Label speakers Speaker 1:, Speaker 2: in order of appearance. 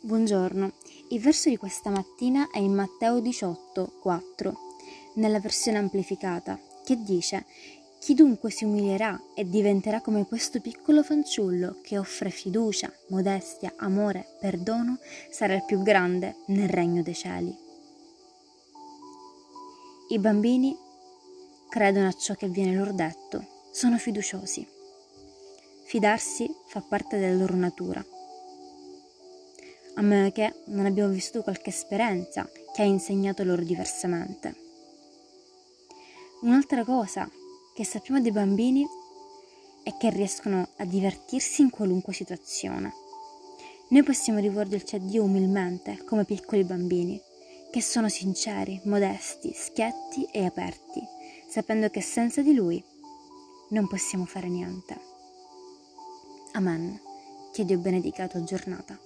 Speaker 1: Buongiorno, il verso di questa mattina è in Matteo 18,4, nella versione amplificata, che dice: Chi dunque si umilierà e diventerà come questo piccolo fanciullo che offre fiducia, modestia, amore, perdono, sarà il più grande nel regno dei cieli. I bambini credono a ciò che viene loro detto, sono fiduciosi. Fidarsi fa parte della loro natura, a meno che non abbiamo vissuto qualche esperienza che ha insegnato loro diversamente. Un'altra cosa che sappiamo dei bambini è che riescono a divertirsi in qualunque situazione. Noi possiamo rivolgerci a Dio umilmente come piccoli bambini, che sono sinceri, modesti, schietti e aperti, sapendo che senza di Lui non possiamo fare niente. Amen. Che Dio benedica la tua giornata.